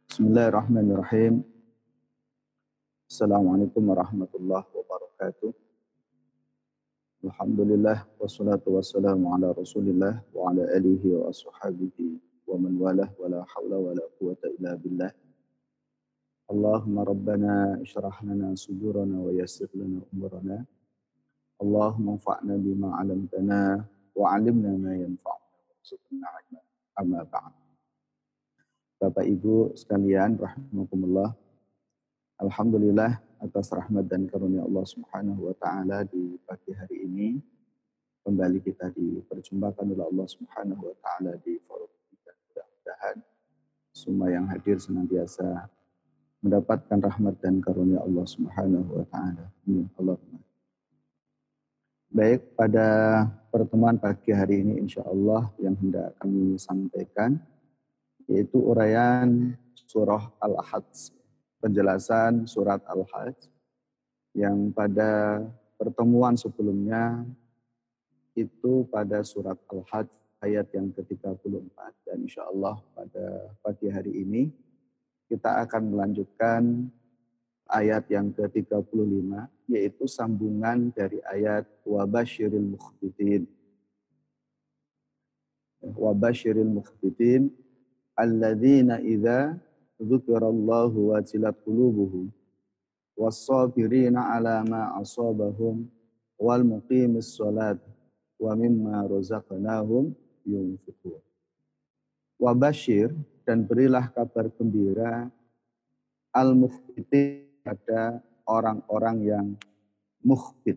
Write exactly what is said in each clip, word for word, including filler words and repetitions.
Bismillahirrahmanirrahim. Assalamualaikum warahmatullahi wabarakatuh. Alhamdulillah wassalatu wassalamu ala Rasulillah wa ala alihi wa ashabihi wa man walah wa la haula wa la quwata illa billah. Allahumma rabbana ishrah lana sudurana wa yassir lana umurana. Allahumma anfa'na bima 'allamtana wa 'allimna ma yanfa'una warzuqna 'ilma. Amma ba'd. Bapak Ibu sekalian rahimakumullah. Alhamdulillah atas rahmat dan karunia Allah Subhanahu wa taala di pagi hari ini kembali kita diperjumpakan oleh Allah Subhanahu wa taala di forum kita. Mudah-mudahan semua yang hadir senantiasa mendapatkan rahmat dan karunia Allah Subhanahu wa taala. Amin. Allahumma. Baik, pada pertemuan pagi hari ini insyaallah yang hendak kami sampaikan yaitu uraian surah Al-Hajj, penjelasan surat Al-Hajj yang pada pertemuan sebelumnya itu pada surat Al-Hajj ayat yang ke tiga puluh empat, dan insya Allah pada pagi hari ini kita akan melanjutkan ayat yang ke tiga puluh lima, yaitu sambungan dari ayat wabashiril mukhbitin. Wabashiril mukhbitin alladzina idza dzukirallahu wajilat qulubuhum was-sabirina 'ala ma asabahum wal muqimis shalat wa mimma razaqnahum yunfiqun. Wa basyir, dan berilah kabar gembira al-mukhbitin, pada orang-orang yang mukhbit.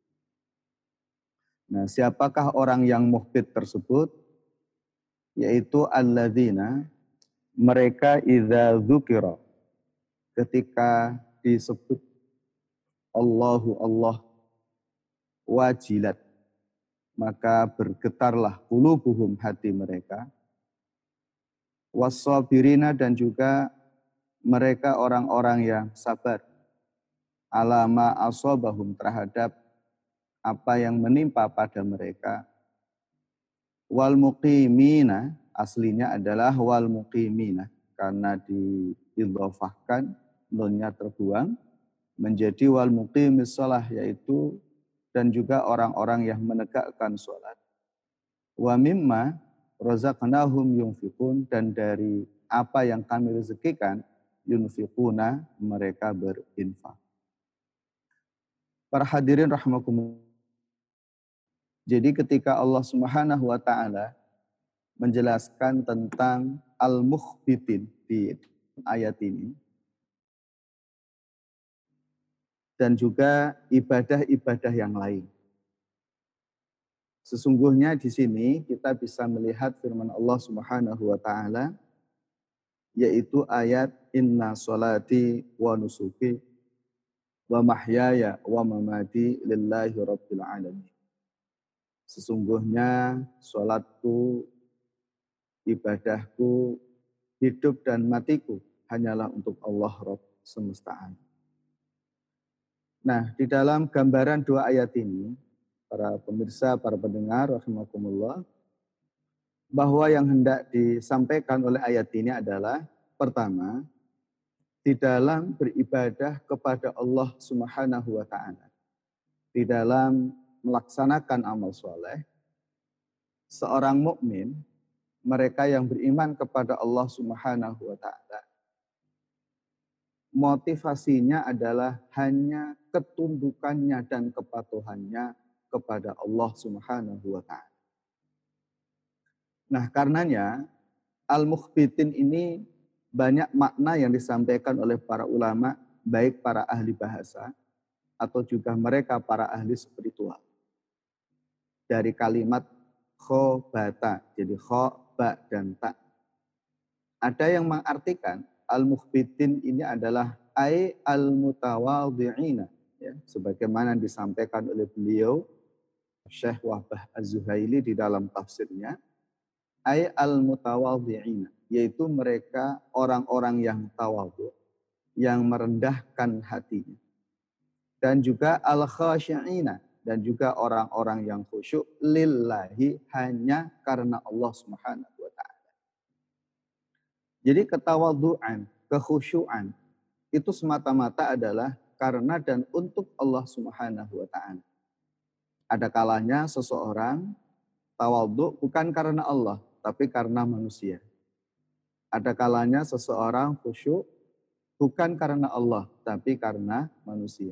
Nah, siapakah orang yang mukhbit tersebut? Yaitu alladzina, mereka idza dzukira, ketika disebut Allahu Allah, wajilat, maka bergetarlah qulubuhum, hati mereka, was-sabirina, dan juga mereka orang-orang yang sabar, alama asabahum, terhadap apa yang menimpa pada mereka, wal muqimina, aslinya adalah wal muqimina, karena diidhofahkan nunnya terbuang menjadi wal muqimis shalah, yaitu dan juga orang-orang yang menegakkan sholat. Wa mimma razaqnahum yunfiqun, dan dari apa yang kami rezekikan, yunfiquna, mereka berinfak. Para hadirin rahimakumullah. Jadi ketika Allah Subhanahu wa taala menjelaskan tentang al-mukhbitin di ayat ini, dan juga ibadah-ibadah yang lain. Sesungguhnya di sini kita bisa melihat firman Allah Subhanahu wa taala, yaitu ayat inna sholati wa nusuki wa mahyaya wa mamati lillahi rabbil alamin. Sesungguhnya sholatku, ibadahku, hidup dan matiku hanyalah untuk Allah Rabb semesta alam. Nah, di dalam gambaran dua ayat ini, para pemirsa, para pendengar rahimakumullah, bahwa yang hendak disampaikan oleh ayat ini adalah, pertama, di dalam beribadah kepada Allah Subhanahu wa taala, di dalam melaksanakan amal soleh, seorang mukmin, mereka yang beriman kepada Allah Subhanahu wa taala, motivasinya adalah hanya ketundukannya dan kepatuhannya kepada Allah Subhanahu wa taala. Nah, karenanya al-mukhbitin ini banyak makna yang disampaikan oleh para ulama, baik para ahli bahasa atau juga mereka para ahli spiritual. Dari kalimat khobata, jadi kho, ba, dan ta. Ada yang mengartikan al-mukhbitin ini adalah ay al-mutawadhi'ina, ya, sebagaimana disampaikan oleh beliau Syekh Wahbah Az-Zuhaili di dalam tafsirnya, ay al-mutawadhi'ina, yaitu mereka orang-orang yang tawadhu, yang merendahkan hatinya. Dan juga al-khasyi'ina, dan juga orang-orang yang khusyuk lillahi, hanya karena Allah Subhanahu wa taala. Jadi ketawadhu'an, kekhusyuan itu semata-mata adalah karena dan untuk Allah Subhanahu wa taala. Ada kalanya seseorang tawadhu bukan karena Allah, tapi karena manusia. Ada kalanya seseorang khusyuk bukan karena Allah, tapi karena manusia.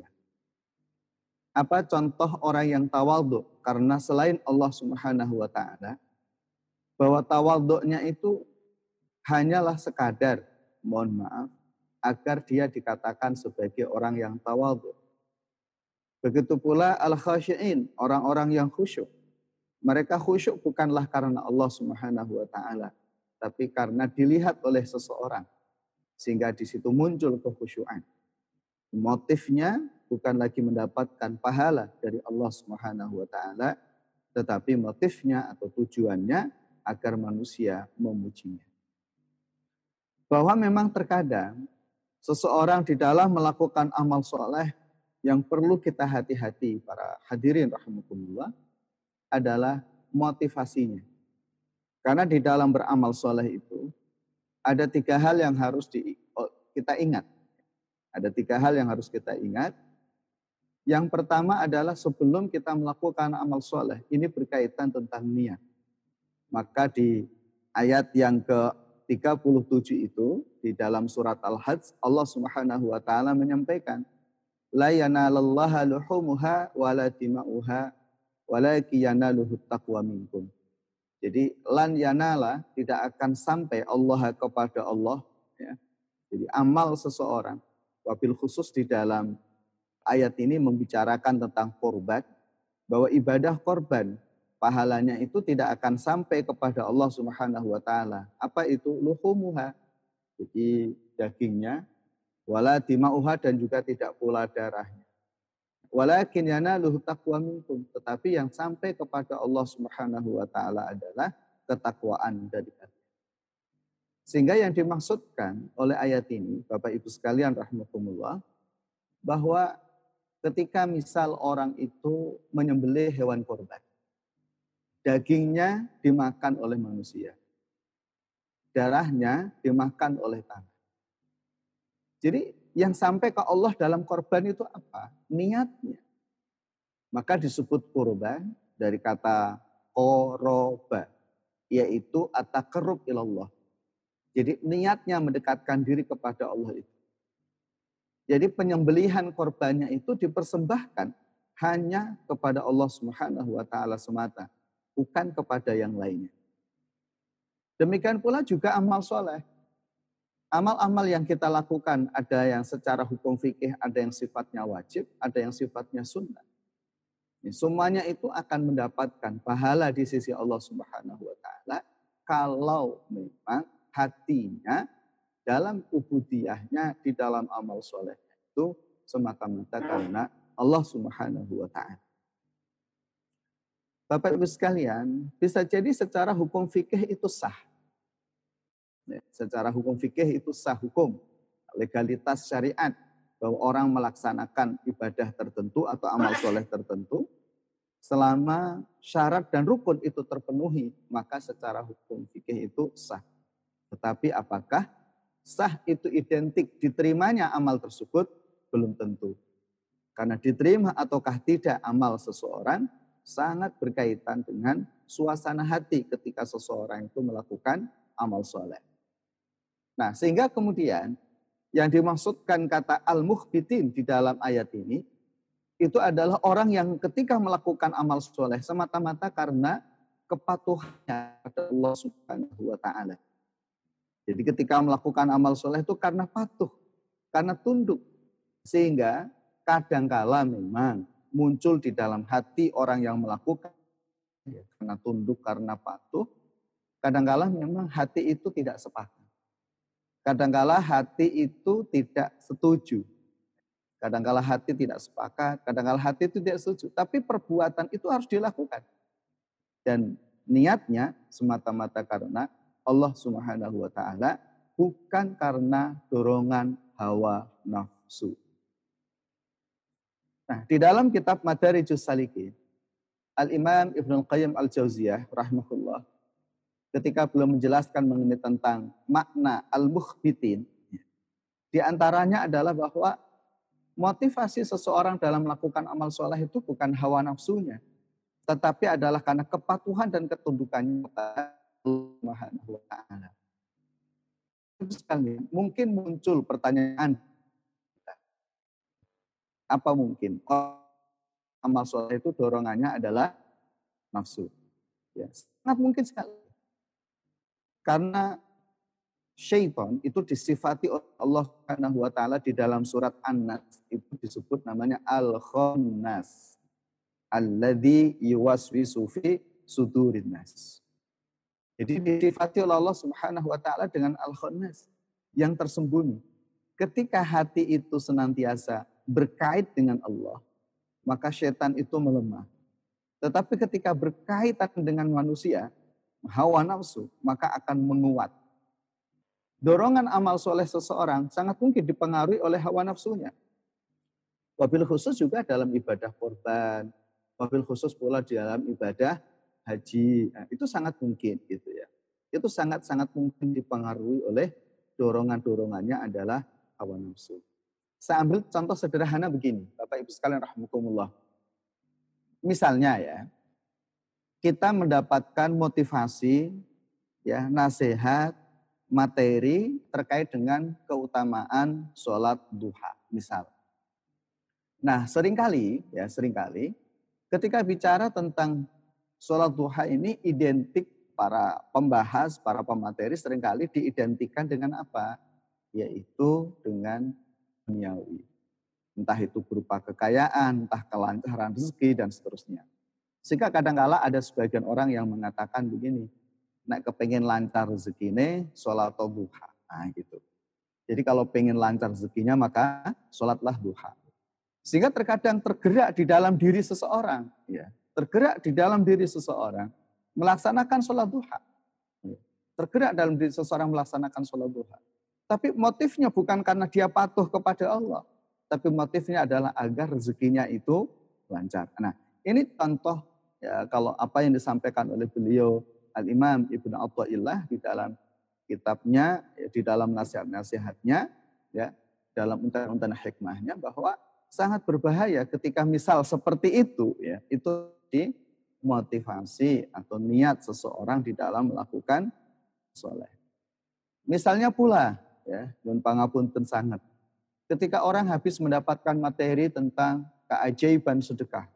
Apa contoh orang yang tawadhu karena selain Allah Subhanahu wa taala? Bahwa tawadhu'nya itu hanyalah sekadar, mohon maaf, agar dia dikatakan sebagai orang yang tawadhu. Begitu pula al-khasyi'in, orang-orang yang khusyuk. Mereka khusyuk bukanlah karena Allah Subhanahu wa taala, tapi karena dilihat oleh seseorang. Sehingga di situ muncul kekhusyuan. Motifnya bukan lagi mendapatkan pahala dari Allah Subhanahu wa taala, tetapi motifnya atau tujuannya agar manusia memujinya. Bahwa memang terkadang seseorang di dalam melakukan amal soleh yang perlu kita hati-hati para hadirin rahimakumullah adalah motivasinya. Karena di dalam beramal soleh itu ada tiga hal yang harus di, kita ingat. Ada tiga hal yang harus kita ingat. Yang pertama adalah sebelum kita melakukan amal soleh, ini berkaitan tentang niat. Maka di ayat yang ke tiga puluh tujuh itu, di dalam surat Al-Hajj, Allah Subhanahu wa taala menyampaikan, la yanalallaha luhumuha wala dima'uha walaki yanaluhut taqwa minkum. Jadi lan yanala tidak akan sampai Allah kepada Allah. Ya. Jadi amal seseorang, wabil khusus di dalam ayat ini membicarakan tentang korban, bahwa ibadah korban pahalanya itu tidak akan sampai kepada Allah Subhanahu wa taala. Apa itu? Luhumuha. Jadi dagingnya, wala dima'uha dan juga tidak pula darahnya. Walakin yanaluhu taqwa minkum, tetapi yang sampai kepada Allah Subhanahu wa taala adalah ketakwaan dari kalian. Sehingga yang dimaksudkan oleh ayat ini, Bapak Ibu sekalian rahimakumullah, bahwa ketika misal orang itu menyembelih hewan korban, dagingnya dimakan oleh manusia, darahnya dimakan oleh tanah. Jadi yang sampai ke Allah dalam korban itu apa? Niatnya. Maka disebut korban dari kata koroba, yaitu at-taqarrub ilallah. Jadi niatnya mendekatkan diri kepada Allah itu. Jadi penyembelihan korbannya itu dipersembahkan hanya kepada Allah Subhanahu wa taala semata, bukan kepada yang lainnya. Demikian pula juga amal soleh. Amal-amal yang kita lakukan ada yang secara hukum fikih, ada yang sifatnya wajib, ada yang sifatnya sunnah. Semuanya itu akan mendapatkan pahala di sisi Allah Subhanahu wa taala kalau memang hatinya dalam ubudiyahnya di dalam amal soleh itu semata-mata karena Allah Subhanahu wa taala. Bapak Ibu sekalian, bisa jadi secara hukum fikih itu sah. Ya, secara hukum fikih itu sah hukum, legalitas syariat, bahwa orang melaksanakan ibadah tertentu atau amal soleh tertentu, selama syarat dan rukun itu terpenuhi, maka secara hukum fikih itu sah. Tetapi apakah sah itu identik diterimanya amal tersebut? Belum tentu. Karena diterima ataukah tidak amal seseorang, sangat berkaitan dengan suasana hati ketika seseorang itu melakukan amal soleh. Nah, sehingga kemudian yang dimaksudkan kata al-mukhbitin di dalam ayat ini, itu adalah orang yang ketika melakukan amal soleh semata-mata karena kepatuhannya kepada Allah Subhanahu wa taala. Jadi ketika melakukan amal soleh itu karena patuh, karena tunduk. Sehingga kadangkala memang muncul di dalam hati orang yang melakukan ya, karena tunduk, karena patuh, kadangkala memang hati itu tidak sepakat. Kadangkala hati itu tidak setuju. Kadangkala hati tidak sepakat, kadangkala hati itu tidak setuju. Tapi perbuatan itu harus dilakukan. Dan niatnya semata-mata karena Allah Subhanahu wa taala, bukan karena dorongan hawa nafsu. Nah, di dalam kitab Madarijus Salikin, Al-Imam Ibnu Qayyim Al-Jauziyah rahimahullah, ketika beliau menjelaskan mengenai tentang makna al-mukhbitin, Di antaranya adalah bahwa motivasi seseorang dalam melakukan amal soleh itu bukan hawa nafsunya, tetapi adalah karena kepatuhan dan ketundukannya kepada Allah Subhanahu wa taala. Mungkin muncul pertanyaan, apa mungkin amal soleh itu dorongannya adalah nafsu? Ya, sangat mungkin sekali. Karena syaitan itu disifati oleh Allah Subhanahu wa taala di dalam surat An-Nas, itu disebut namanya Al-Khannas. Alladzi yuwaswisu fi sudurin nas. Jadi disifati oleh Allah Subhanahu wa taala dengan Al-Khannas, yang tersembunyi. Ketika hati itu senantiasa berkait dengan Allah, maka syaitan itu melemah. Tetapi ketika berkaitan dengan manusia, hawa nafsu, maka akan menguat. Dorongan amal soleh seseorang sangat mungkin dipengaruhi oleh hawa nafsunya. Wabil khusus juga dalam ibadah korban, wabil khusus pula di dalam ibadah haji. Nah, itu sangat mungkin gitu ya. Itu sangat-sangat mungkin dipengaruhi oleh dorongan-dorongannya adalah hawa nafsu. Saya ambil contoh sederhana begini, Bapak Ibu sekalian rahimakumullah. Misalnya ya, kita mendapatkan motivasi, ya, nasihat, materi terkait dengan keutamaan sholat duha, misal. Nah, seringkali, ya seringkali, ketika bicara tentang sholat duha ini identik para pembahas, para pemateri seringkali diidentikan dengan apa? Yaitu dengan duniawi. Entah itu berupa kekayaan, entah kelancaran rezeki, dan seterusnya. Sehingga kadang-kala ada sebagian orang yang mengatakan begini, nek kepengen lancar rezekinya, sholat duha. Nah gitu. Jadi kalau pengen lancar rezekinya, maka sholatlah duha. Sehingga terkadang tergerak di dalam diri seseorang, ya, tergerak di dalam diri seseorang melaksanakan sholat duha. Ya, tergerak dalam diri seseorang melaksanakan sholat duha. Tapi motifnya bukan karena dia patuh kepada Allah, tapi motifnya adalah agar rezekinya itu lancar. Nah, ini contoh ya, kalau apa yang disampaikan oleh beliau Al-Imam Ibnu Athaillah di dalam kitabnya, ya, di dalam nasihat-nasihatnya, ya, dalam untan-untan hikmahnya, bahwa sangat berbahaya ketika misal seperti itu, ya, itu dimotivasi atau niat seseorang di dalam melakukan soleh. Misalnya pula, ya, nun pangapunten sangat, ketika orang habis mendapatkan materi tentang keajaiban sedekah,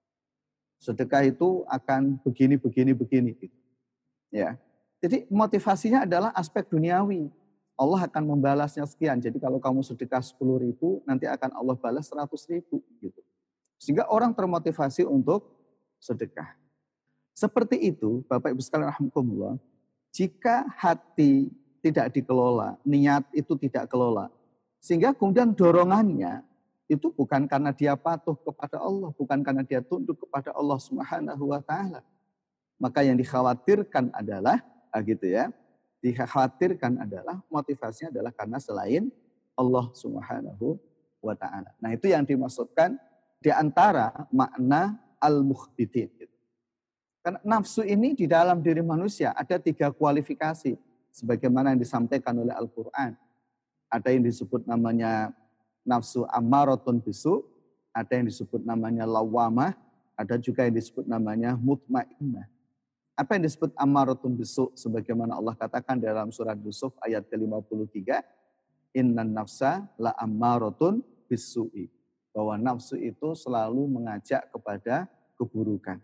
sedekah itu akan begini, begini, begini, gitu. Ya, jadi motivasinya adalah aspek duniawi. Allah akan membalasnya sekian. Jadi kalau kamu sedekah sepuluh ribu, nanti akan Allah balas seratus ribu. Gitu. Sehingga orang termotivasi untuk sedekah. Seperti itu, Bapak Ibu sekalian rahimakumullah, jika hati tidak dikelola, niat itu tidak kelola, sehingga kemudian dorongannya itu bukan karena dia patuh kepada Allah, bukan karena dia tunduk kepada Allah Subhanahu wa taala. Maka yang dikhawatirkan adalah, gitu ya, dikhawatirkan adalah motivasinya adalah karena selain Allah Subhanahu wa taala. Nah, itu yang dimaksudkan di antara makna al-mukhbitin. Karena nafsu ini di dalam diri manusia ada tiga kualifikasi sebagaimana yang disampaikan oleh Al-Qur'an. Ada yang disebut namanya nafsu ammaratun bisu, ada yang disebut namanya lawamah, ada juga yang disebut namanya mutmainnah. Apa yang disebut ammaratun bisu? Sebagaimana Allah katakan dalam surat Yusuf ayat ke lima puluh tiga, innan nafsa la ammaratun bisu'i. Bahwa nafsu itu selalu mengajak kepada keburukan.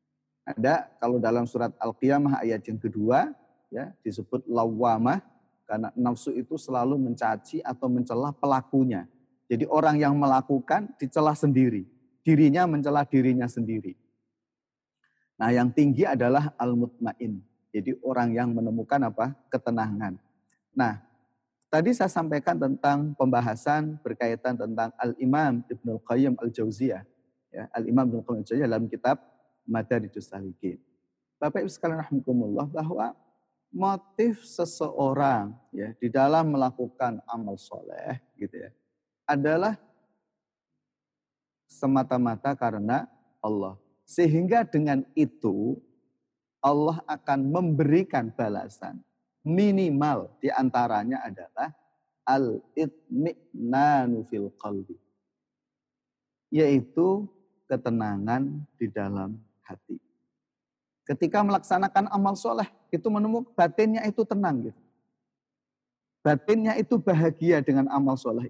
Ada kalau dalam surat Al-Qiyamah ayat yang kedua, ya, disebut lawamah, karena nafsu itu selalu mencaci atau mencela pelakunya. Jadi orang yang melakukan dicela sendiri, dirinya mencela dirinya sendiri. Nah, yang tinggi adalah al-mutmain. Jadi orang yang menemukan apa? Ketenangan. Nah, tadi saya sampaikan tentang pembahasan berkaitan tentang Al-Imam Ibnu Qayyim Al-Jauziyah. Ya, Al-Imam Ibnu Qayyim Al-Jauziyah dalam kitab Madarijus Salikin. Bapak Ibu sekalian rahimakumullah, bahwa motif seseorang, ya, di dalam melakukan amal soleh gitu ya, adalah semata-mata karena Allah. Sehingga dengan itu Allah akan memberikan balasan. Minimal diantaranya adalah al-itmi'nanu fil qalbi. Yaitu ketenangan di dalam hati. Ketika melaksanakan amal soleh, itu menemukan batinnya itu tenang gitu. Batinnya itu bahagia dengan amal soleh.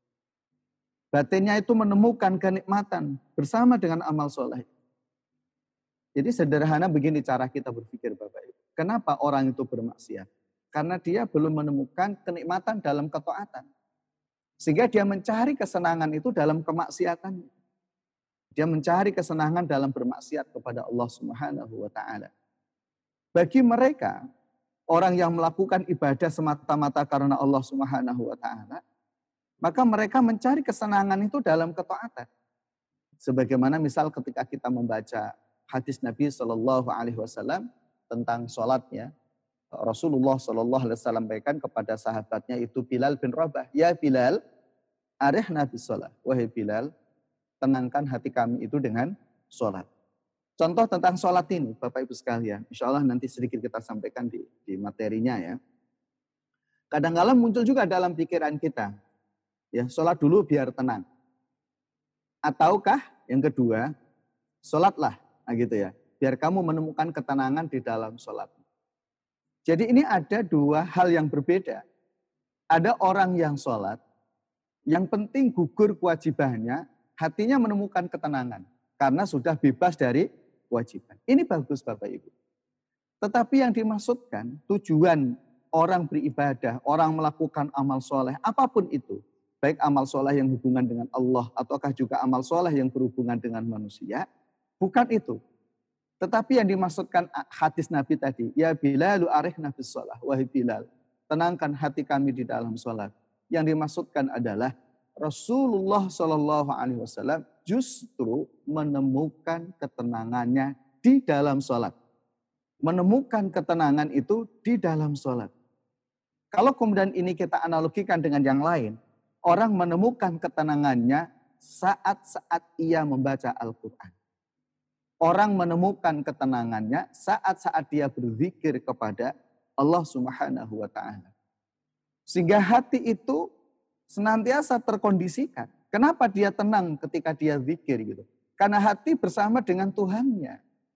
Batinnya itu menemukan kenikmatan bersama dengan amal soleh. Jadi sederhana begini cara kita berpikir Bapak Ibu. Kenapa orang itu bermaksiat? Karena dia belum menemukan kenikmatan dalam ketaatan. Sehingga dia mencari kesenangan itu dalam kemaksiatan. Dia mencari kesenangan dalam bermaksiat kepada Allah Subhanahu wa taala. Bagi mereka, orang yang melakukan ibadah semata-mata karena Allah Subhanahu wa taala, maka mereka mencari kesenangan itu dalam ketaatan. Sebagaimana misal ketika kita membaca hadis Nabi Shallallahu Alaihi Wasallam tentang sholatnya, Rasulullah Shallallahu Alaihi Wasallam sampaikan kepada sahabatnya itu Bilal bin Rabah, ya Bilal, arihna bis sholat, wahai Bilal, tenangkan hati kami itu dengan sholat. Contoh tentang sholat ini, Bapak Ibu sekalian, insya Allah nanti sedikit kita sampaikan di, di materinya ya. Kadang-kadang muncul juga dalam pikiran kita, ya sholat dulu biar tenang. Ataukah yang kedua, sholatlah, nah gitu ya, biar kamu menemukan ketenangan di dalam sholat. Jadi ini ada dua hal yang berbeda. Ada orang yang sholat, yang penting gugur kewajibannya, hatinya menemukan ketenangan. Karena sudah bebas dari kewajiban. Ini bagus Bapak Ibu. Tetapi yang dimaksudkan, tujuan orang beribadah, orang melakukan amal soleh, apapun itu. Baik amal soleh yang hubungan dengan Allah, ataukah juga amal soleh yang berhubungan dengan manusia. Bukan itu. Tetapi yang dimaksudkan hadis Nabi tadi, ya Bilalu arihna bis sholah, wahai Bilal, tenangkan hati kami di dalam sholat. Yang dimaksudkan adalah Rasulullah Shallallahu Alaihi Wasallam justru menemukan ketenangannya di dalam sholat. Menemukan ketenangan itu di dalam sholat. Kalau kemudian ini kita analogikan dengan yang lain, orang menemukan ketenangannya saat-saat ia membaca Al-Quran. Orang menemukan ketenangannya saat-saat dia berzikir kepada Allah Subhanahu wa taala. Sehingga hati itu senantiasa terkondisikan. Kenapa dia tenang ketika dia zikir gitu? Karena hati bersama dengan Tuhannya.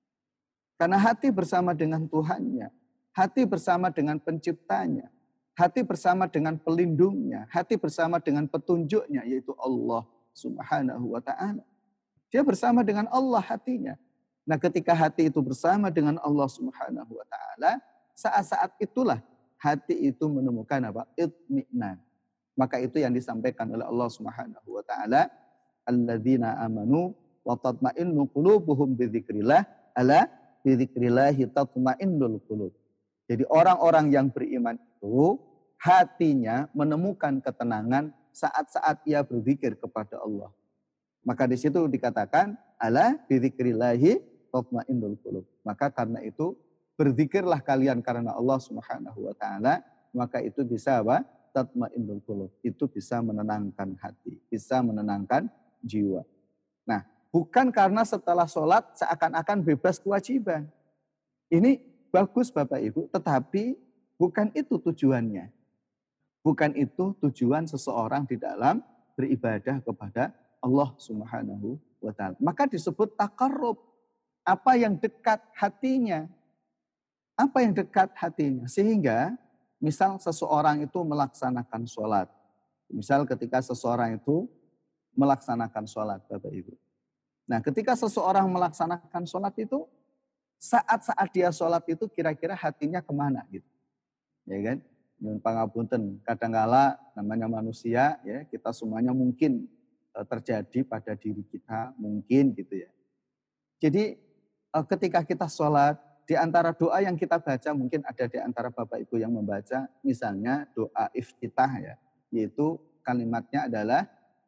Karena hati bersama dengan Tuhannya. Hati bersama dengan penciptanya. Hati bersama dengan pelindungnya. Hati bersama dengan petunjuknya, yaitu Allah Subhanahu wa ta'ala. Dia bersama dengan Allah hatinya. Nah ketika hati itu bersama dengan Allah Subhanahu wa ta'ala, saat-saat itulah hati itu menemukan apa? Itmi'nan. Maka itu yang disampaikan oleh Allah Subhanahu wa taala, alladzina amanu wa tatma'innu qulubuhum bidzikrillah, ala bidzikrillahi tatma'innul qulub. Jadi orang-orang yang beriman itu hatinya menemukan ketenangan saat-saat ia berzikir kepada Allah. Maka di situ dikatakan ala bidzikrillahi tatma'innul qulub. Maka karena itu berzikirlah kalian karena Allah Subhanahu wa taala, maka itu bisa apa? Tatma'innul qulub. Itu bisa menenangkan hati, bisa menenangkan jiwa. Nah, bukan karena setelah sholat seakan-akan bebas kewajiban. Ini bagus Bapak Ibu, tetapi bukan itu tujuannya. Bukan itu tujuan seseorang di dalam beribadah kepada Allah Subhanahu wa taala. Maka disebut taqarrub. Apa yang dekat hatinya? Apa yang dekat hatinya? Sehingga misal seseorang itu melaksanakan sholat. Misal ketika seseorang itu melaksanakan sholat, Bapak Ibu. Nah ketika seseorang melaksanakan sholat itu, saat-saat dia sholat itu kira-kira hatinya kemana gitu. Ya kan? Nyuwun pangapunten, kadangkala namanya manusia, ya kita semuanya mungkin terjadi pada diri kita, mungkin gitu ya. Jadi ketika kita sholat, di antara doa yang kita baca, mungkin ada di antara Bapak Ibu yang membaca, misalnya doa iftitah ya, yaitu kalimatnya adalah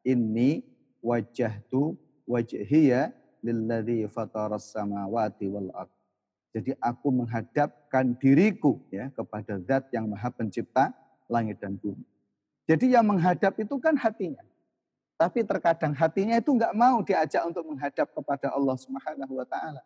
inni wajjahtu wajhiya lilladzi fataras samawati wal ardh. Jadi aku menghadapkan diriku ya kepada Zat yang Maha Pencipta langit dan bumi. Jadi yang menghadap itu kan hatinya. Tapi terkadang hatinya itu enggak mau diajak untuk menghadap kepada Allah Subhanahu wa taala.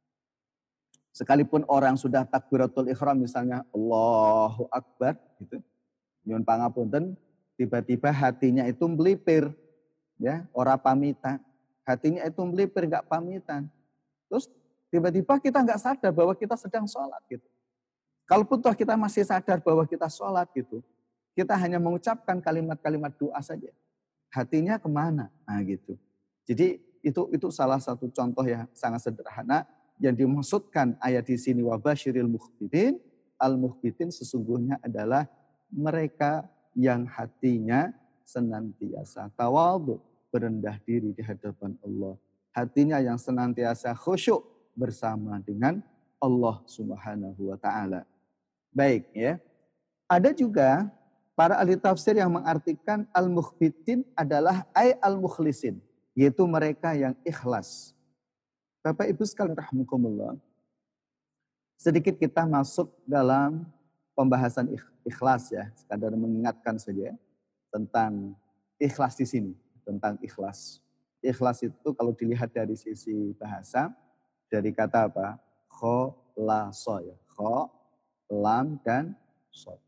Sekalipun orang sudah takbiratul ihram misalnya Allahu Akbar gitu. Nyuwun pangapunten, Tiba-tiba hatinya itu melipir, ya, ora pamitan. Hatinya itu melipir, nggak pamitan. Terus tiba-tiba kita nggak sadar bahwa kita sedang sholat gitu. Kalaupun toh kita masih sadar bahwa kita sholat gitu, kita hanya mengucapkan kalimat-kalimat doa saja. Hatinya kemana? Nah gitu. Jadi itu itu salah satu contoh yang sangat sederhana yang dimaksudkan ayat di sini wabasyiril mukhbitin. Al-mukhbitin sesungguhnya adalah mereka yang hatinya senantiasa tawadhu, berendah diri di hadapan Allah. Hatinya yang senantiasa khusyuk bersama dengan Allah Subhanahu wa taala. Baik ya. Ada juga para ahli tafsir yang mengartikan al-mukhbitin adalah ay al-mukhlisin, yaitu mereka yang ikhlas. Bapak Ibu sekalian rahimakumullah, sedikit kita masuk dalam pembahasan ikhlas ya, sekadar mengingatkan saja tentang ikhlas di sini, tentang ikhlas. Ikhlas itu kalau dilihat dari sisi bahasa, dari kata apa? Kholasa ya, kho, lam, dan sod.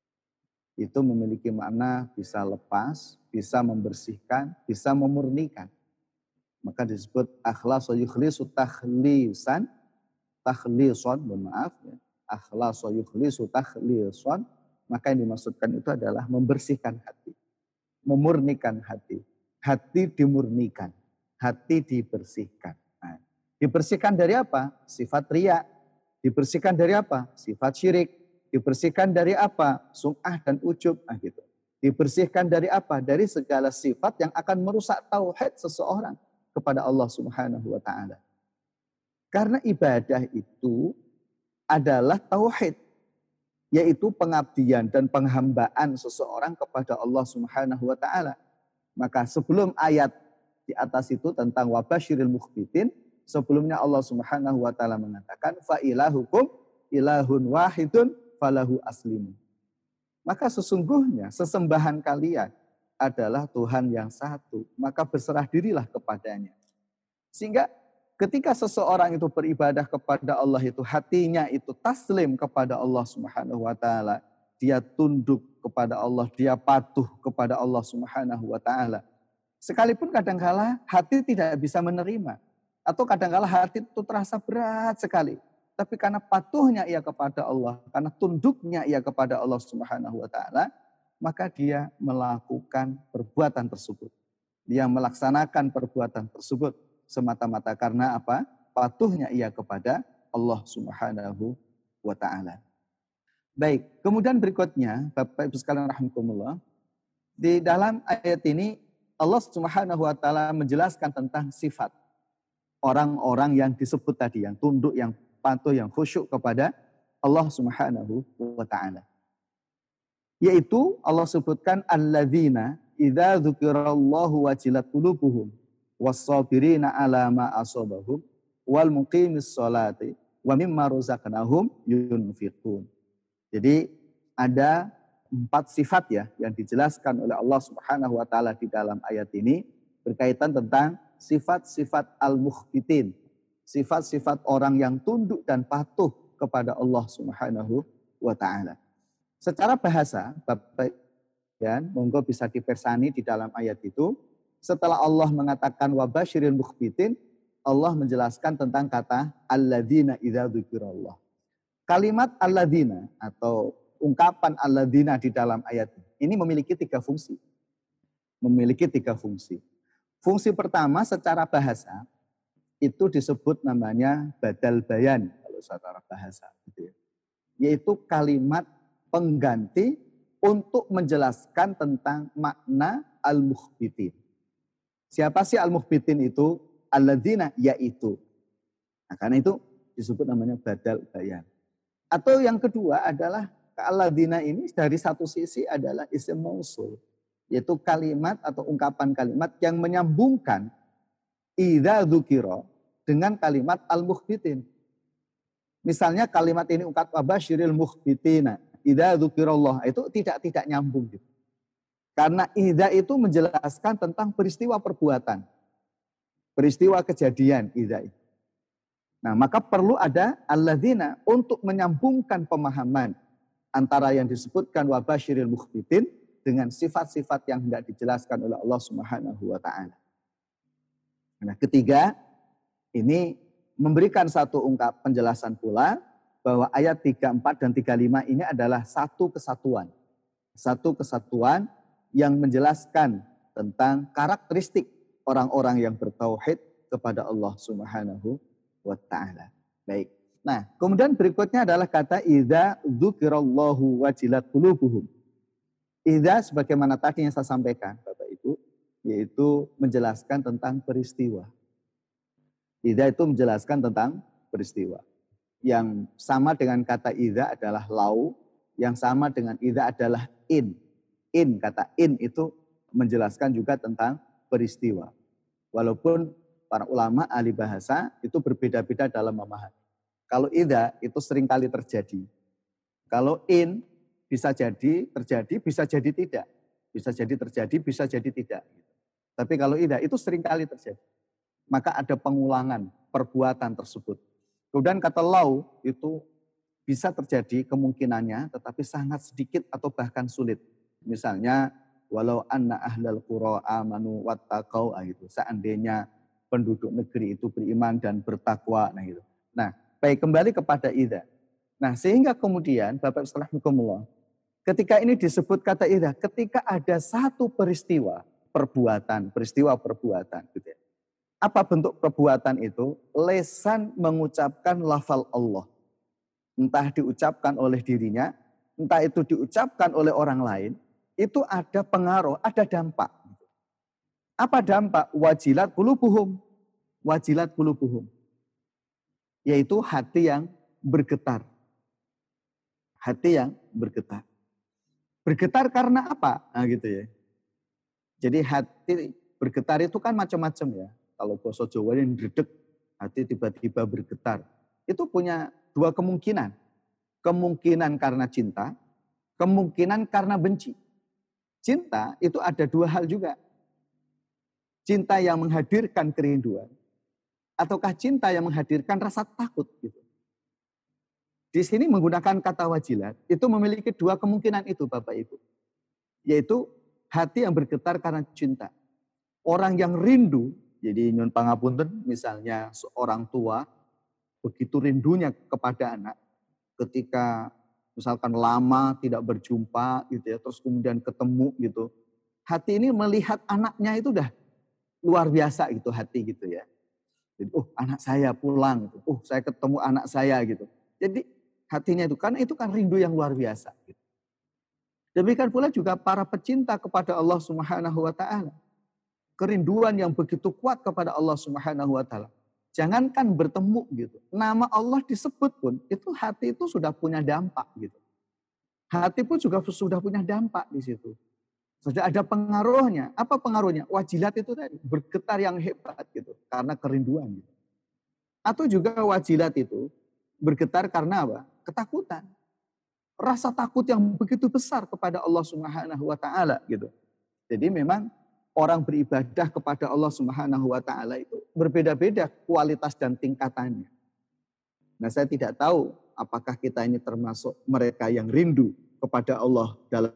Itu memiliki makna bisa lepas, bisa membersihkan, bisa memurnikan. Maka disebut akhlasa yukhlisu takhlisan, takhlisan, mohon maaf ya. Akhlasa yukhlisu takhlisan, maka yang dimaksudkan itu adalah membersihkan hati, memurnikan hati. Hati dimurnikan, hati dibersihkan. Nah, dibersihkan dari apa? Sifat riya. Dibersihkan dari apa? Sifat syirik. Dibersihkan dari apa? Sum'ah dan ujub. Nah, gitu. Dibersihkan dari apa? Dari segala sifat yang akan merusak tauhid seseorang kepada Allah Subhanahu wa taala. Karena ibadah itu adalah tauhid, yaitu pengabdian dan penghambaan seseorang kepada Allah Subhanahu wa taala. Maka sebelum ayat di atas itu tentang wabasyiril mukhbitin, sebelumnya Allah Subhanahu wa taala mengatakan fa ilahukum ilahun wahidun falahu aslimu. Maka sesungguhnya sesembahan kalian adalah Tuhan yang satu, maka berserah dirilah kepadanya. Sehingga ketika seseorang itu beribadah kepada Allah itu hatinya itu taslim kepada Allah Subhanahu wa taala, dia tunduk kepada Allah, dia patuh kepada Allah Subhanahu wa taala. Sekalipun kadangkala hati tidak bisa menerima atau kadangkala hati itu terasa berat sekali, tapi karena patuhnya ia kepada Allah, karena tunduknya ia kepada Allah Subhanahu wa taala, maka dia melakukan perbuatan tersebut. Dia melaksanakan perbuatan tersebut semata-mata karena apa? Patuhnya ia kepada Allah Subhanahu wa taala. Baik, kemudian berikutnya Bapak Ibu sekalian rahimakumullah, di dalam ayat ini Allah Subhanahu wa taala menjelaskan tentang sifat orang-orang yang disebut tadi, yang tunduk, yang patuh, yang khusyuk kepada Allah Subhanahu wa taala. Yaitu Allah sebutkan alladzina idza dzukirallahu wajilat qulubuhum was-sabirina 'ala ma asabahum wal muqimis sholati wa mimma razaqnahum yunfiqun. Jadi ada empat sifat ya yang dijelaskan oleh Allah Subhanahu wa taala di dalam ayat ini berkaitan tentang sifat-sifat al-mukhbitin, sifat-sifat orang yang tunduk dan patuh kepada Allah Subhanahu wa taala. Secara bahasa, Bapak ya, monggo bisa dipersani di dalam ayat itu. Setelah Allah mengatakan wabasyiril mukhbitin, Allah menjelaskan tentang kata alladzina idza dzukirallah. Kalimat alladzina atau ungkapan alladzina di dalam ayat ini memiliki tiga fungsi. Memiliki tiga fungsi. Fungsi pertama secara bahasa itu disebut namanya badal bayan kalau secara bahasa, gitu ya. Yaitu kalimat pengganti untuk menjelaskan tentang makna al-mukhbitin. Siapa sih al-mukhbitin itu? Alladzina, yaitu. Nah, karena itu disebut namanya badal bayan. Atau yang kedua adalah alladzina ini dari satu sisi adalah isim mausul, yaitu kalimat atau ungkapan kalimat yang menyambungkan idza dzukira dengan kalimat al-mukhbitin. Misalnya kalimat ini ungkap wabasyiril mukhbitina idza dzukirallah, itu tidak tidak nyambung gitu. Karena idza itu menjelaskan tentang peristiwa perbuatan, peristiwa kejadian idza itu. Nah, maka perlu ada alladzina untuk menyambungkan pemahaman antara yang disebutkan wabasyiril mukhbitin dengan sifat-sifat yang hendak dijelaskan oleh Allah Subhanahu wa taala. Nah, ketiga, ini memberikan satu ungkap penjelasan pula bahwa ayat tiga puluh empat dan tiga puluh lima ini adalah satu kesatuan. Satu kesatuan yang menjelaskan tentang karakteristik orang-orang yang bertauhid kepada Allah Subhanahu wa taala. Baik. Nah, kemudian berikutnya adalah kata idza dzukirallahu wajilat qulubuhum. Idza sebagaimana tadi yang saya sampaikan Bapak Ibu, yaitu menjelaskan tentang peristiwa. Idza itu menjelaskan tentang peristiwa. Yang sama dengan kata idza adalah lau, yang sama dengan idza adalah in. In, kata in itu menjelaskan juga tentang peristiwa. Walaupun para ulama ahli bahasa itu berbeda-beda dalam memahami. Kalau idza itu seringkali terjadi. Kalau in bisa jadi terjadi, bisa jadi tidak. Bisa jadi terjadi, bisa jadi tidak. Tapi kalau idza itu seringkali terjadi. Maka ada pengulangan perbuatan tersebut. Kemudian kata lau itu bisa terjadi kemungkinannya, tetapi sangat sedikit atau bahkan sulit. Misalnya, walau anna ahlal qura amanu wattaqau, itu seandainya penduduk negeri itu beriman dan bertakwa. Nah, gitu. Nah, baik, kembali kepada idza. Nah, sehingga kemudian Bapak Bismillahirrahmanirrahim, ketika ini disebut kata idza, ketika ada satu peristiwa perbuatan, peristiwa perbuatan, gitu ya. Apa bentuk perbuatan itu? Lesan mengucapkan lafal Allah. Entah diucapkan oleh dirinya, entah itu diucapkan oleh orang lain, itu ada pengaruh, ada dampak. Apa dampak? Wajilat qulubuhum. Wajilat qulubuhum. Yaitu hati yang bergetar. Hati yang bergetar. Bergetar karena apa? Nah, gitu ya. Jadi hati bergetar itu kan macam-macam ya. Kalau bahasa Jawa ini dredeg, hati tiba-tiba bergetar. Itu punya dua kemungkinan. Kemungkinan karena cinta, kemungkinan karena benci. Cinta itu ada dua hal juga. Cinta yang menghadirkan kerinduan, ataukah cinta yang menghadirkan rasa takut gitu. Di sini menggunakan kata wajilat, itu memiliki dua kemungkinan itu Bapak Ibu. Yaitu hati yang bergetar karena cinta. Orang yang rindu, jadi nyun pangapunten, misalnya seorang tua, begitu rindunya kepada anak, ketika misalkan lama tidak berjumpa gitu ya, terus kemudian ketemu gitu. Hati ini melihat anaknya itu udah luar biasa gitu hati gitu ya. Jadi, oh anak saya pulang, gitu. Oh saya ketemu anak saya gitu. Jadi hatinya itu, karena itu kan rindu yang luar biasa. Gitu. Demikian pula juga para pecinta kepada Allah Subhanahu wa taala. Kerinduan yang begitu kuat kepada Allah Subhanahu wa taala. Jangankan bertemu gitu. Nama Allah disebut pun, itu hati itu sudah punya dampak gitu. Hati pun juga sudah punya dampak di situ. Sudah ada pengaruhnya. Apa pengaruhnya? Wajilat itu tadi, bergetar yang hebat gitu. Karena kerinduan gitu. Atau juga wajilat itu bergetar karena apa? Ketakutan. Rasa takut yang begitu besar kepada Allah Subhanahu wa taala gitu. Jadi memang orang beribadah kepada Allah Subhanahu wa taala itu berbeda-beda kualitas dan tingkatannya. Nah, saya tidak tahu apakah kita ini termasuk mereka yang rindu kepada Allah dalam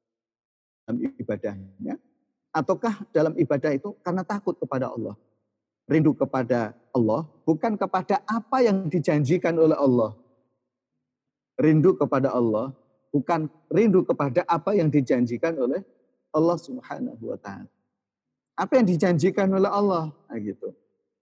ibadahnya, ataukah dalam ibadah itu karena takut kepada Allah. Rindu kepada Allah bukan kepada apa yang dijanjikan oleh Allah. Rindu kepada Allah bukan rindu kepada apa yang dijanjikan oleh Allah Subhanahu wa taala. Apa yang dijanjikan oleh Allah, nah, gitu.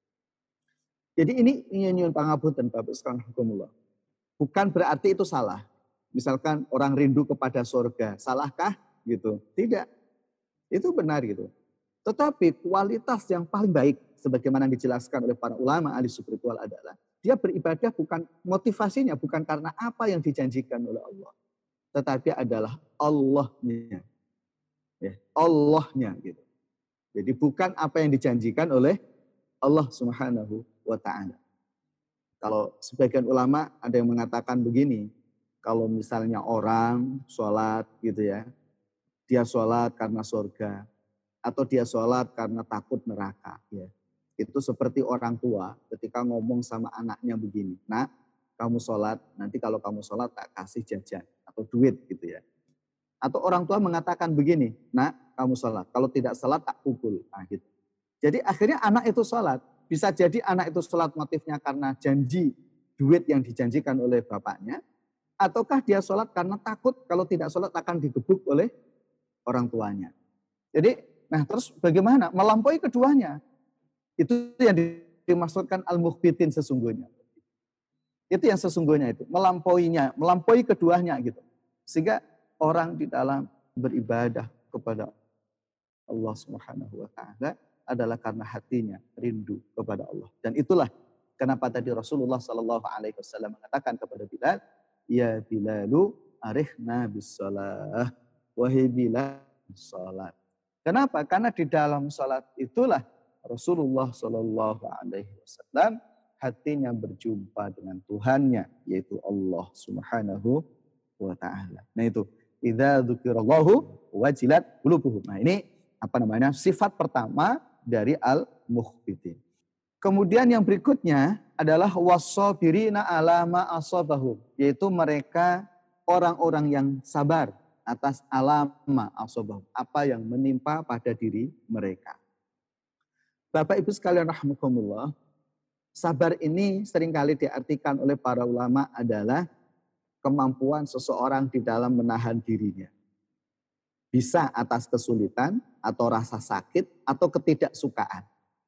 Jadi ini nyunyun pangapunten Bapak sekalian hukumullah. Bukan berarti itu salah. Misalkan orang rindu kepada surga, salahkah gitu? Tidak. Itu benar gitu. Tetapi kualitas yang paling baik sebagaimana dijelaskan oleh para ulama ahli spiritual adalah dia beribadah bukan motivasinya bukan karena apa yang dijanjikan oleh Allah, tetapi adalah Allahnya. Ya, Allahnya gitu. Jadi bukan apa yang dijanjikan oleh Allah Subhanahu wa taala. Kalau sebagian ulama ada yang mengatakan begini, kalau misalnya orang sholat gitu ya, dia sholat karena surga, atau dia sholat karena takut neraka. Ya. Itu seperti orang tua ketika ngomong sama anaknya begini, nak kamu sholat, nanti kalau kamu sholat tak kasih jajan atau duit gitu ya. Atau orang tua mengatakan begini, nak kamu sholat, kalau tidak sholat tak pukul. Nah, gitu. Jadi akhirnya anak itu sholat. Bisa jadi anak itu sholat motifnya karena janji duit yang dijanjikan oleh bapaknya. Ataukah dia sholat karena takut kalau tidak sholat akan digebuk oleh orang tuanya. Jadi, nah terus bagaimana? Melampaui keduanya. Itu yang dimaksudkan al-mukhbitin sesungguhnya. Itu yang sesungguhnya itu. Melampauinya, melampaui keduanya gitu. Sehingga orang di dalam beribadah kepada Allah Subhanahu wa taala adalah karena hatinya rindu kepada Allah. Dan itulah kenapa tadi Rasulullah sallallahu alaihi wasallam mengatakan kepada Bilal, "Ya Bilalu arihna bis shalah." Wahai Bilal, salat. Kenapa? Karena di dalam salat itulah Rasulullah sallallahu alaihi wasallam hatinya berjumpa dengan Tuhannya, yaitu Allah Subhanahu wa taala. Nah itu, idza dzukirallahu wajilat qulubuhum. Nah ini apa namanya? Sifat pertama dari al-mukhbitin. Kemudian yang berikutnya adalah wassabirina ala ma asabahum, yaitu mereka orang-orang yang sabar atas alama asabahum, apa yang menimpa pada diri mereka. Bapak Ibu sekalian rahimakumullah, sabar ini seringkali diartikan oleh para ulama adalah kemampuan seseorang di dalam menahan dirinya. Bisa atas kesulitan atau rasa sakit atau ketidaksukaan.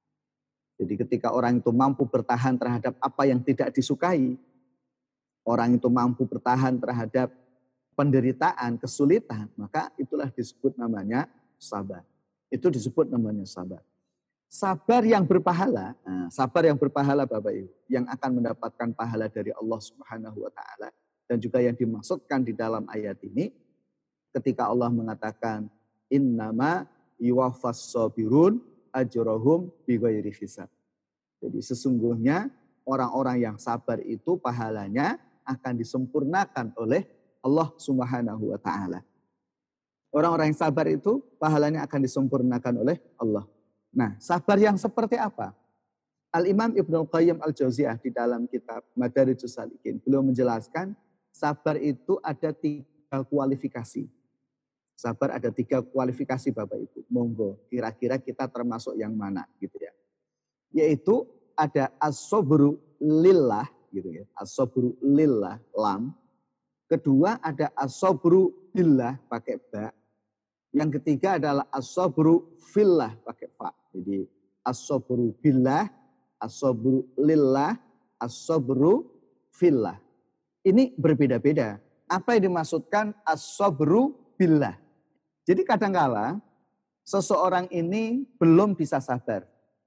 Jadi ketika orang itu mampu bertahan terhadap apa yang tidak disukai, orang itu mampu bertahan terhadap penderitaan, kesulitan, maka itulah disebut namanya sabar. Itu disebut namanya sabar. Sabar yang berpahala, nah, sabar yang berpahala Bapak Ibu, yang akan mendapatkan pahala dari Allah Subhanahu wa taala dan juga yang dimaksudkan di dalam ayat ini ketika Allah mengatakan innama yuwaffas sabirun ajrohum bighairi hisab. Jadi sesungguhnya orang-orang yang sabar itu pahalanya akan disempurnakan oleh Allah Subhanahu wa taala. Orang-orang yang sabar itu pahalanya akan disempurnakan oleh Allah. Nah, sabar yang seperti apa? Al-Imam Ibnu Qayyim Al-Jauziyah di dalam kitab Madarijus Salikin beliau menjelaskan sabar itu ada tiga kualifikasi. Sabar ada tiga kualifikasi Bapak Ibu. Monggo, kira-kira kita termasuk yang mana gitu ya. Yaitu ada as-sabru lillah gitu ya. As-sabru lillah lam. Kedua ada as-sabru billah pakai ba. Yang ketiga adalah as-sabru fillah pakai fa. Jadi as-sabru billah, as-sabru lillah, as-sabru fillah. Ini berbeda-beda. Apa yang dimaksudkan as-sabru billah? Jadi kadangkala seseorang ini belum bisa sabar.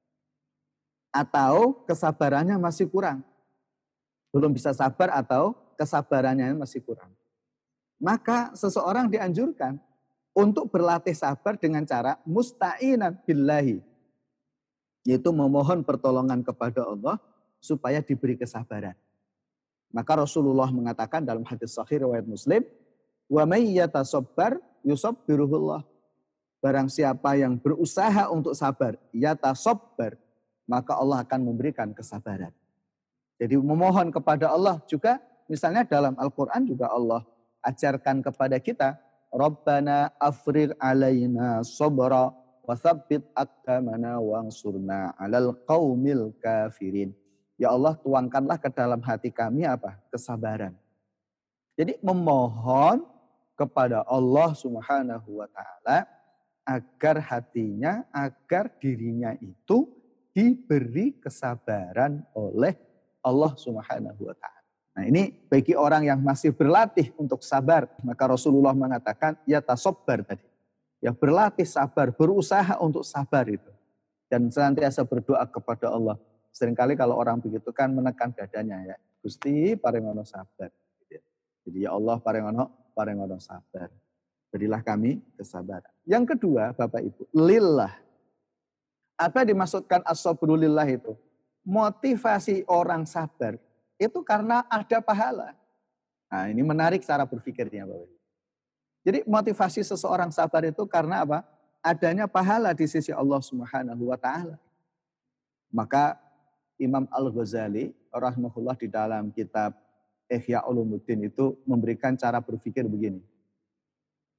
Atau kesabarannya masih kurang. Belum bisa sabar atau kesabarannya masih kurang. Maka seseorang dianjurkan untuk berlatih sabar dengan cara musta'inan billahi. Yaitu memohon pertolongan kepada Allah supaya diberi kesabaran. Maka Rasulullah mengatakan dalam hadis sahih riwayat Muslim, "Wa may yatasabbar yusabbiruhullah." Barang siapa yang berusaha untuk sabar, yatasabbar, maka Allah akan memberikan kesabaran. Jadi memohon kepada Allah juga, misalnya dalam Al-Quran juga Allah ajarkan kepada kita, Rabbana afrigh alaina sabra wa tsabbit aqdamana wansurna 'alal qaumil kafirin. Ya Allah, tuangkanlah ke dalam hati kami apa? Kesabaran. Jadi memohon kepada Allah Subhanahu wa taala agar hatinya, agar dirinya itu diberi kesabaran oleh Allah Subhanahu wa taala. Nah, ini bagi orang yang masih berlatih untuk sabar, maka Rasulullah mengatakan ya tasabbar tadi. Ya berlatih sabar, berusaha untuk sabar itu. Dan senantiasa berdoa kepada Allah. Seringkali kalau orang begitu kan menekan dadanya ya. Gusti paringono sabar. Jadi ya Allah paringono paringono sabar. Berilah kami kesabaran. Yang kedua Bapak Ibu, lillah. Apa yang dimaksudkan as-sabru lillah itu? Motivasi orang sabar itu karena ada pahala. Nah ini menarik cara berpikirnya Bapak Ibu. Jadi motivasi seseorang sabar itu karena apa? Adanya pahala di sisi Allah Subhanahu wa taala. Maka Imam Al-Ghazali rahimahullah di dalam kitab Ihya Ulumuddin itu memberikan cara berpikir begini.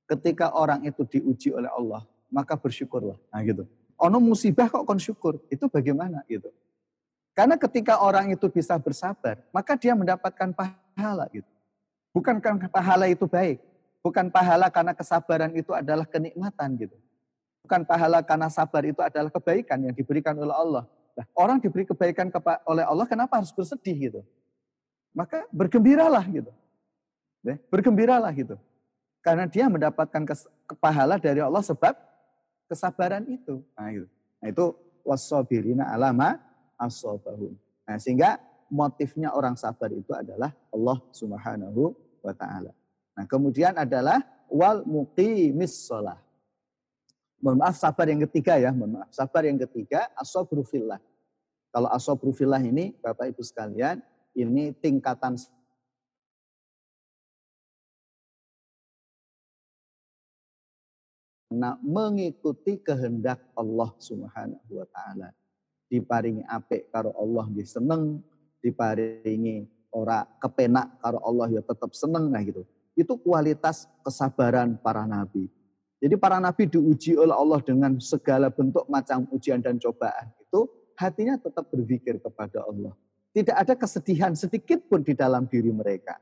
Ketika orang itu diuji oleh Allah, maka bersyukurlah. Nah gitu. Ono musibah kok kon syukur, itu bagaimana gitu. Karena ketika orang itu bisa bersabar, maka dia mendapatkan pahala gitu. Bukan karena pahala itu baik, bukan pahala karena kesabaran itu adalah kenikmatan gitu. Bukan pahala karena sabar itu adalah kebaikan yang diberikan oleh Allah. Nah, orang diberi kebaikan oleh Allah, kenapa harus bersedih gitu? Maka bergembiralah gitu. Ya, bergembiralah gitu. Karena dia mendapatkan kes- pahala dari Allah sebab kesabaran itu. Nah, gitu. Nah, itu wassobirina alama asobahum. Nah, sehingga motifnya orang sabar itu adalah Allah Subhanahu wa taala. Nah, kemudian adalah wal muqimis shalah. Mohon maaf, sabar yang ketiga ya, mohon maaf. Sabar yang ketiga, as-sabru fillah. Kalau as-sabru fillah ini, Bapak Ibu sekalian, ini tingkatan nah, mengikuti kehendak Allah Subhanahu wa taala. Diparingi apik karo Allah nggih seneng, diparingi ora kepenak karo Allah ya tetap seneng nah gitu. Itu kualitas kesabaran para nabi. Jadi para nabi diuji oleh Allah dengan segala bentuk macam ujian dan cobaan itu, hatinya tetap berzikir kepada Allah. Tidak ada kesedihan sedikit pun di dalam diri mereka.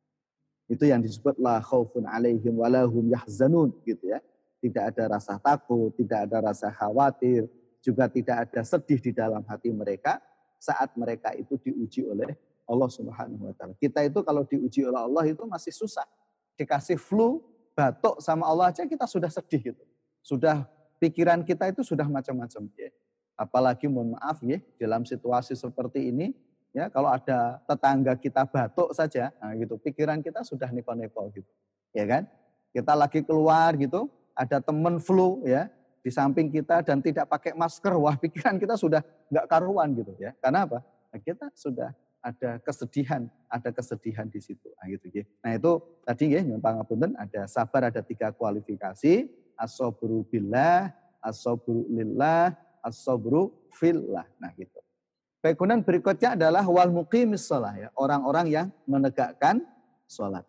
Itu yang disebut la khaufun alaihim walahum yahzanun gitu ya. Tidak ada rasa takut, tidak ada rasa khawatir, juga tidak ada sedih di dalam hati mereka saat mereka itu diuji oleh Allah Subhanahu wa taala. Kita itu kalau diuji oleh Allah itu masih susah. Dikasih flu, batuk sama Allah aja kita sudah sedih gitu. Sudah pikiran kita itu sudah macam-macam ya. Apalagi mohon maaf ya, dalam situasi seperti ini ya, kalau ada tetangga kita batuk saja, nah gitu, pikiran kita sudah neko-neko gitu. Ya kan? Kita lagi keluar gitu, ada teman flu ya di samping kita dan tidak pakai masker, wah pikiran kita sudah nggak karuan gitu ya. Karena apa? Nah, kita sudah ada kesedihan, ada kesedihan di situ. Nah, gitu, ya. Nah itu tadi ya, nyuwun pangapunten, ada sabar, ada tiga kualifikasi, as-sabru billah, as-sabru lillah, as-sabru fillah. Nah gitu. Baik, kemudian berikutnya adalah wal muqimis shalah ya, orang-orang yang menegakkan sholat.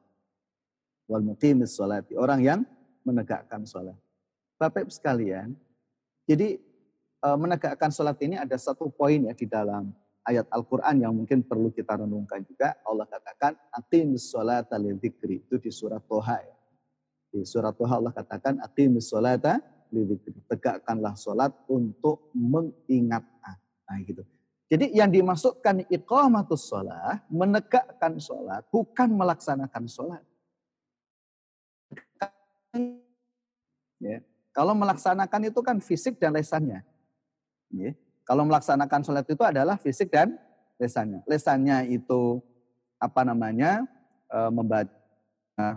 Wal muqimis shalah, orang yang menegakkan sholat. Bapak Ibu sekalian, jadi menegakkan sholat ini ada satu poin ya di dalam ayat Al-Quran yang mungkin perlu kita renungkan juga. Allah katakan, aqimis sholata lidzikri. Itu di surat Toha ya. Di surat Toha Allah katakan, aqimis sholata lidzikri. Tegakkanlah sholat untuk mengingat aku. Nah gitu. Jadi yang dimaksudkan iqamatus sholat, menegakkan sholat, bukan melaksanakan sholat. Ya. Kalau melaksanakan itu kan fisik dan lesannya. Ya. Kalau melaksanakan sholat itu adalah fisik dan lesannya. Lesannya itu apa namanya e, membaca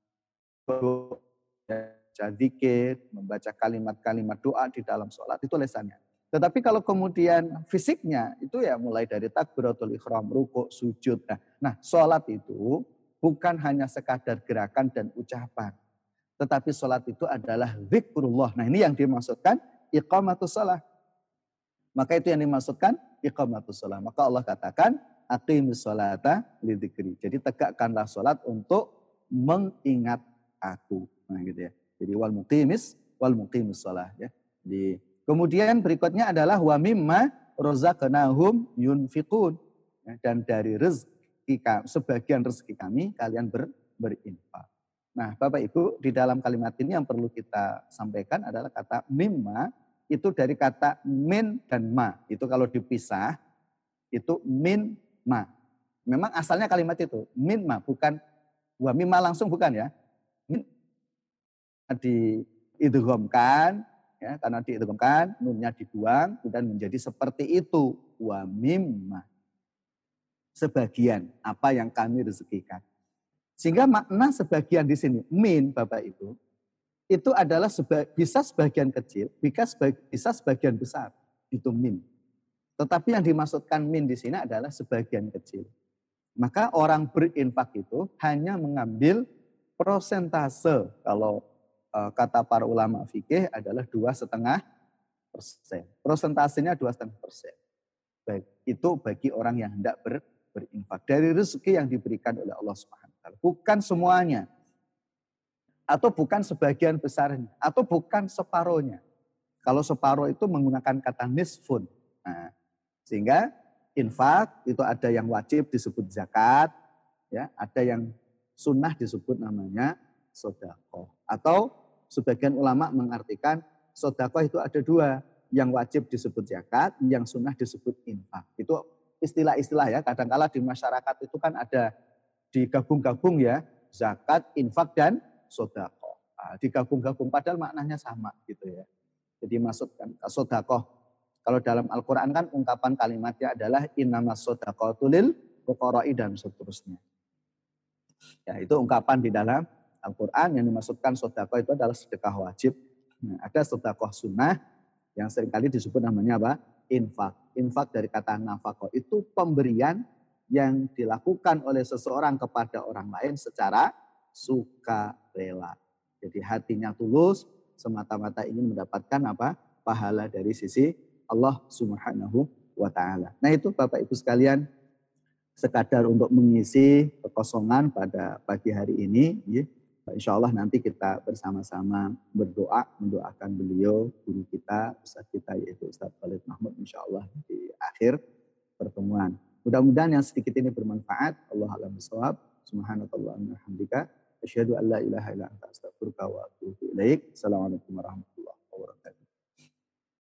zikir, membaca kalimat-kalimat doa di dalam sholat, itu lesannya. Tetapi kalau kemudian fisiknya itu ya mulai dari takbiratul ihram, rukuk, sujud. Nah, nah sholat itu bukan hanya sekadar gerakan dan ucapan. Tetapi sholat itu adalah zikrullah. Nah ini yang dimaksudkan iqamatus sholat. Maka itu yang dimaksudkan iqamatus shalah. Maka Allah katakan aqimis sholata lidzikri. Jadi tegakkanlah sholat untuk mengingat aku. Nah gitu ya. Jadi wal muqimis wal muqimis shalah ya. Jadi kemudian berikutnya adalah wa mimma razaqnahum yunfiqun. Ya, dan dari rezeki kami, sebagian rezeki kami kalian ber, berinfak. Nah, Bapak Ibu, di dalam kalimat ini yang perlu kita sampaikan adalah kata mimma. Itu dari kata min dan ma. Itu kalau dipisah, itu min ma. Memang asalnya kalimat itu, min ma, bukan wa mimma langsung, bukan ya. Min diidghamkan, ya, karena diidghamkan, nunnya dibuang, kemudian menjadi seperti itu. Wa mimma. Sebagian apa yang kami rezekikan. Sehingga makna sebagian di sini, min Bapak Ibu, itu adalah seba, bisa sebagian kecil, bisa, bisa sebagian besar. Itu min. Tetapi yang dimaksudkan min di sini adalah sebagian kecil. Maka orang berinfak itu hanya mengambil prosentase. Kalau e, kata para ulama fikih adalah dua setengah persen. Prosentasenya dua setengah persen. Baik, itu bagi orang yang hendak ber, berinfak dari rezeki yang diberikan oleh Allah Subhanahu Wa Taala. Bukan semuanya. atau bukan sebagian besarnya, atau bukan separohnya. Kalau separuh itu menggunakan kata nisfun. Nah, sehingga infak itu ada yang wajib disebut zakat, ya, ada yang sunnah disebut namanya sedekah. Atau sebagian ulama mengartikan sedekah itu ada dua, yang wajib disebut zakat, yang sunnah disebut infak. Itu istilah-istilah ya, kadang-kala di masyarakat itu kan ada digabung-gabung ya, zakat, infak dan sedekah. Nah, digabung-gabung padahal maknanya sama gitu ya. Jadi maksudkan sedekah. Kalau dalam Al-Quran kan ungkapan kalimatnya adalah innamas shadaqatu lil fuqara'i dan seterusnya. Ya, itu ungkapan di dalam Al-Quran yang dimaksudkan sedekah itu adalah sedekah wajib. Nah, ada sedekah sunnah yang seringkali disebut namanya apa? Infak. Infak dari kata nafaqah itu pemberian yang dilakukan oleh seseorang kepada orang lain secara sukarela. Jadi hatinya tulus, semata-mata ingin mendapatkan apa? Pahala dari sisi Allah Subhanahu wa taala. Nah, itu Bapak Ibu sekalian sekadar untuk mengisi kekosongan pada pagi hari ini ya. Insya Allah nanti kita bersama-sama berdoa, mendoakan beliau, guru kita, Ustaz kita yaitu Ustaz Khalid Mahmud insya Allah di akhir pertemuan. Mudah-mudahan yang sedikit ini bermanfaat. Allah a'lam bishawab. Subhanakallahumma wa bihamdika asyhadu an la ilaha illa anta astaghfiruka wa atubu ilaik. Assalamualaikum warahmatullahi wabarakatuh.